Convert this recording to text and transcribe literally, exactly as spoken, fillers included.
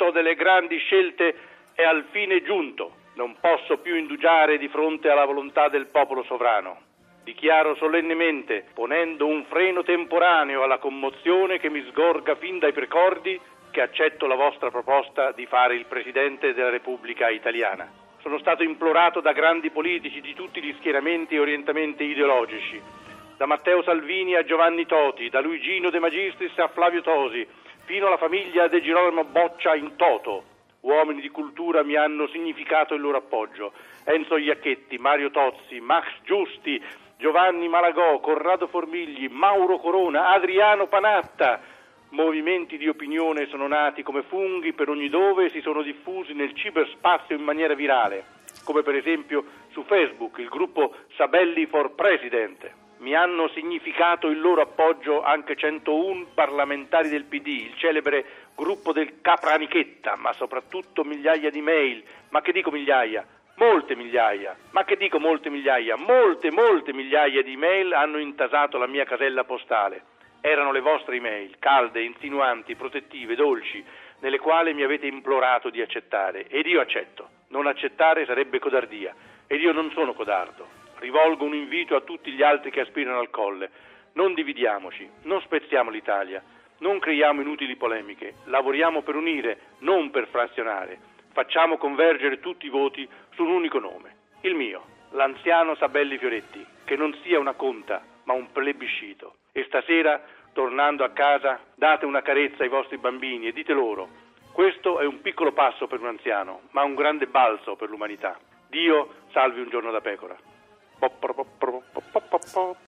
momento delle grandi scelte è alfine giunto. Non posso più indugiare di fronte alla volontà del popolo sovrano. Dichiaro solennemente, ponendo un freno temporaneo alla commozione che mi sgorga fin dai precordi, che accetto la vostra proposta di fare il Presidente della Repubblica Italiana. Sono stato implorato da grandi politici di tutti gli schieramenti e orientamenti ideologici, da Matteo Salvini a Giovanni Toti, da Luigino De Magistris a Flavio Tosi, fino alla famiglia De Girolamo Boccia in toto. Uomini di cultura mi hanno significato il loro appoggio. Enzo Iacchetti, Mario Tozzi, Max Giusti, Giovanni Malagò, Corrado Formigli, Mauro Corona, Adriano Panatta. Movimenti di opinione sono nati come funghi per ogni dove e si sono diffusi nel ciberspazio in maniera virale, come per esempio su Facebook, il gruppo Sabelli for President. Mi hanno significato il loro appoggio anche centouno parlamentari del P D, il celebre gruppo del Capranichetta, ma soprattutto migliaia di mail. Ma che dico migliaia? Molte migliaia. Ma che dico molte migliaia? Molte, molte migliaia di mail hanno intasato la mia casella postale. Erano le vostre email, calde, insinuanti, protettive, dolci, nelle quali mi avete implorato di accettare. Ed io accetto. Non accettare sarebbe codardia. Ed io non sono codardo. Rivolgo un invito a tutti gli altri che aspirano al Colle. Non dividiamoci, non spezziamo l'Italia, non creiamo inutili polemiche, lavoriamo per unire, non per frazionare. Facciamo convergere tutti i voti su un unico nome, il mio, l'anziano Sabelli Fioretti, che non sia una conta, ma un plebiscito. E stasera, tornando a casa, date una carezza ai vostri bambini e dite loro: questo è un piccolo passo per un anziano, ma un grande balzo per l'umanità. Dio salvi un giorno da pecora.